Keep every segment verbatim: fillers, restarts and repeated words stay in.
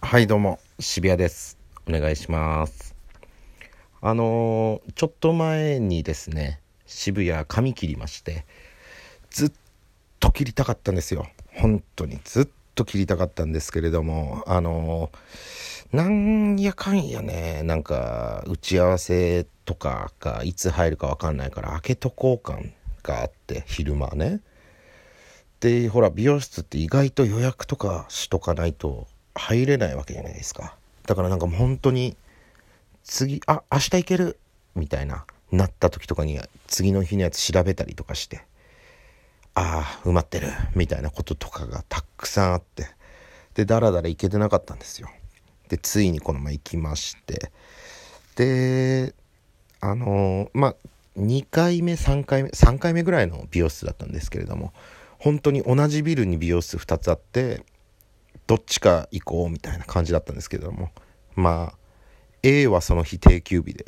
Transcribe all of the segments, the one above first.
はいどうも渋谷です。お願いします。あのー、ちょっと前にですね渋谷髪切りまして、ずっと切りたかったんですよ。本当にずっと切りたかったんですけれども、あのー、なんやかんやね、なんか打ち合わせとかがいつ入るか分かんないから開けとこう感があって、昼間ね。でほら美容室って意外と予約とかしとかないと入れないわけじゃないですか。だからなんかもう本当に次あ明日行けるみたいななった時とかに次の日のやつ調べたりとかして、ああ埋まってるみたいなこととかがたくさんあって、でだらだら行けてなかったんですよ。でついにこの前行きまして、であのー、まあにかいめさんかいめさんかいめぐらいの美容室だったんですけれども、本当に同じビルに美容室ふたつあって、どっちか行こうみたいな感じだったんですけれども、まあ A はその日定休日で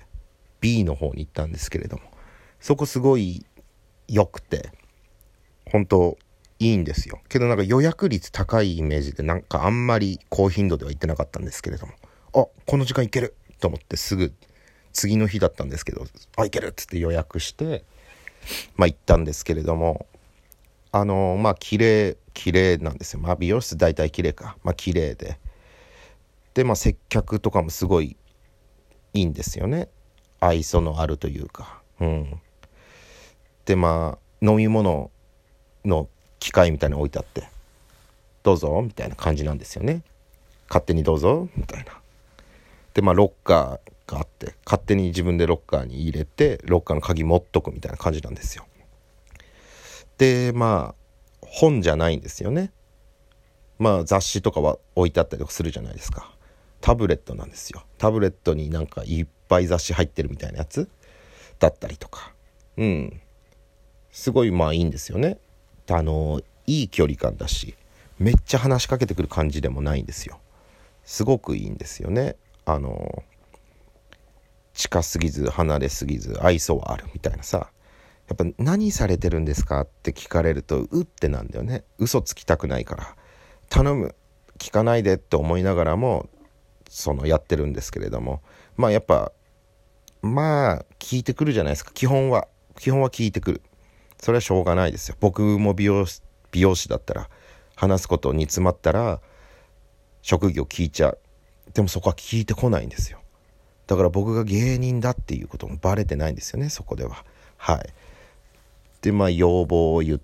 B の方に行ったんですけれども、そこすごい良くて本当いいんですよ。けどなんか予約率高いイメージで、なんかあんまり高頻度では行ってなかったんですけれども、あこの時間行けると思ってすぐ次の日だったんですけど、あ行けるっつって予約してまあ行ったんですけれども、あのー、まあ綺麗綺麗なんですよ。まあ美容室大体綺麗か、まあ綺麗で、でまあ接客とかもすごいいいんですよね。愛想のあるというか、うん。でまあ飲み物の機械みたいなの置いてあって、どうぞみたいな感じなんですよね。勝手にどうぞみたいな。でまあロッカーがあって、勝手に自分でロッカーに入れてロッカーの鍵持っとくみたいな感じなんですよ。でまあ本じゃないんですよね。まあ雑誌とかは置いてあったりとかするじゃないですか。タブレットなんですよ。タブレットになんかいっぱい雑誌入ってるみたいなやつだったりとか、うんすごいまあいいんですよね。あのいい距離感だし、めっちゃ話しかけてくる感じでもないんですよ。すごくいいんですよね。あの近すぎず離れすぎず愛想はあるみたいなさ。やっぱ何されてるんですかって聞かれるとうってなんだよね。嘘つきたくないから頼む聞かないでって思いながらもそのやってるんですけれども、まあやっぱまあ聞いてくるじゃないですか。基本は基本は聞いてくる。それはしょうがないですよ。僕も美容師美容師だったら話すことに詰まったら職業聞いちゃう。でもそこは聞いてこないんですよ。だから僕が芸人だっていうこともバレてないんですよね、そこでは。はい。でまあ要望を言って、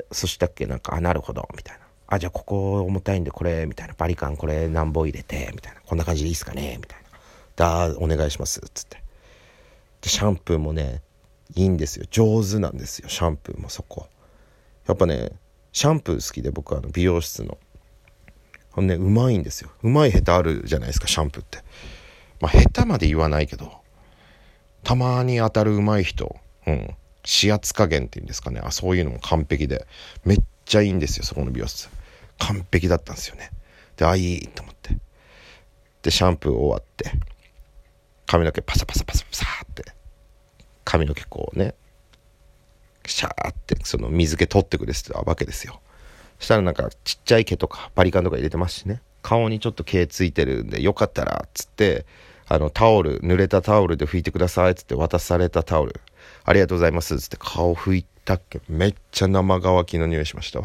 そしたっけなんかあなるほどみたいな、あじゃあここ重たいんでこれみたいな、バリカンこれ何本入れてみたいな、こんな感じでいいっすかねみたいな、だお願いしますっつって、でシャンプーもねいいんですよ。上手なんですよシャンプーも。そこやっぱねシャンプー好きで、僕はあの美容室のあのねうまいんですよ。うまい下手あるじゃないですかシャンプーって。まあ下手まで言わないけど、たまに当たるうまい人、うん指圧加減っていうんですかね、あそういうのも完璧でめっちゃいいんですよ。そこの美容室完璧だったんですよね。であいいと思って、でシャンプー終わって髪の毛パサパサパサパサって髪の毛こうねシャーってその水気取ってくれてたわけですよ。そしたらなんかちっちゃい毛とかバリカンとか入れてますしね、顔にちょっと毛ついてるんでよかったらっつって、あのタオル濡れたタオルで拭いてくださいっつって渡されたタオル、ありがとうございますっつって顔拭いたっけ、めっちゃ生乾きの匂いしましたわ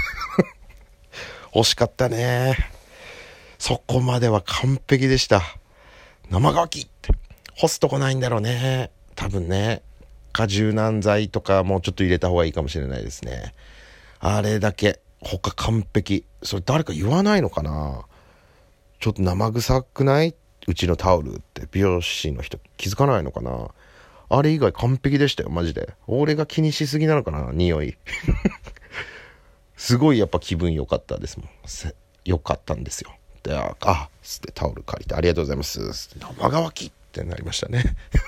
惜しかったね。そこまでは完璧でした。生乾きって干すとこないんだろうね多分ね。か柔軟剤とかもうちょっと入れた方がいいかもしれないですね。あれだけ他完璧。それ誰か言わないのかな、ちょっと生臭くないうちのタオルって美容師の人気づかないのかな。あれ以外完璧でしたよマジで。俺が気にしすぎなのかな匂いすごいやっぱ気分良かったですもん。良かったんですよ。でああつってタオル借りてありがとうございますつって生乾きってなりましたね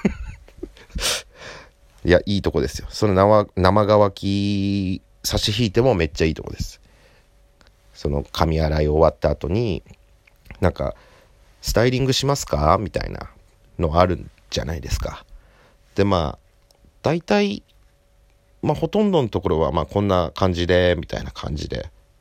いやいいとこですよ。その 生, 生乾き差し引いてもめっちゃいいとこです。その髪洗い終わった後になんかスタイリングしますかみたいなのあるんじゃないですか。でまあ大体まあほとんどのところはまあこんな感じでみたいな感じで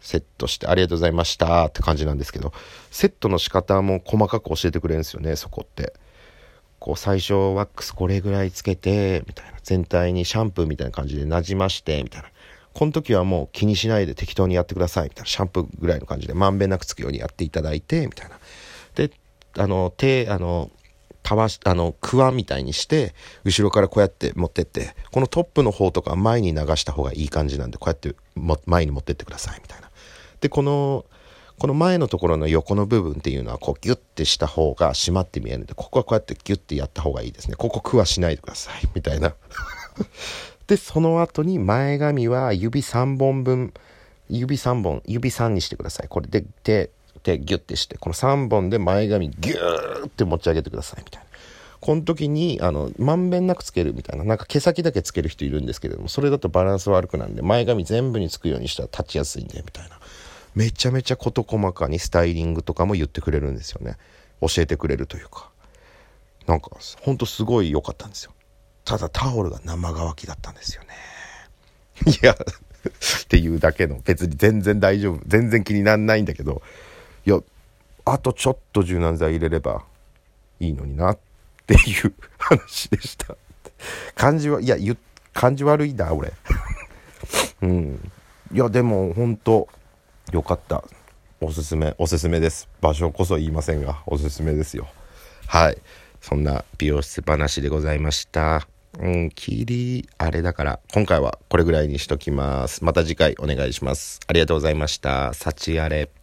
セットしてありがとうございましたって感じなんですけど、セットの仕方も細かく教えてくれるんですよね。そこってこう最初ワックスこれぐらいつけてみたいな、全体にシャンプーみたいな感じでなじましてみたいな、この時はもう気にしないで適当にやってくださいみたいな、シャンプーぐらいの感じでまんべんなくつくようにやっていただいてみたいな。であの手あのたわしあのクワみたいにして後ろからこうやって持ってって、このトップの方とか前に流した方がいい感じなんで、こうやっても前に持ってってくださいみたいな。でこのこの前のところの横の部分っていうのはこうギュッてした方が締まって見えるので、ここはこうやってギュッてやった方がいいですね。ここクワしないでくださいみたいなでその後に前髪は指さんぼんぶん、指さんぼん、指さんにしてください。これで手手ギュッてして、このさんぼんで前髪ギューって持ち上げてくださいみたいな。この時にあのまんべんなくつけるみたいな、なんか毛先だけつける人いるんですけれども、それだとバランス悪くなるんで、前髪全部につくようにしたら立ちやすいんでみたいな。めちゃめちゃ事細かにスタイリングとかも言ってくれるんですよね。教えてくれるというか、なんかほんとすごい良かったんですよ。ただタオルが生乾きだったんですよね。いやっていうだけの、別に全然大丈夫、全然気にならないんだけど、いやあとちょっと柔軟剤入れればいいのになっていう話でした。感じはいやゆ感じ悪いな俺うんいやでもほんとよかった。おすすめおすすめです。場所こそ言いませんがおすすめですよ。はい、そんな美容室話でございました。うん、切りあれだから今回はこれぐらいにしときます。また次回お願いします。ありがとうございました。幸あれ。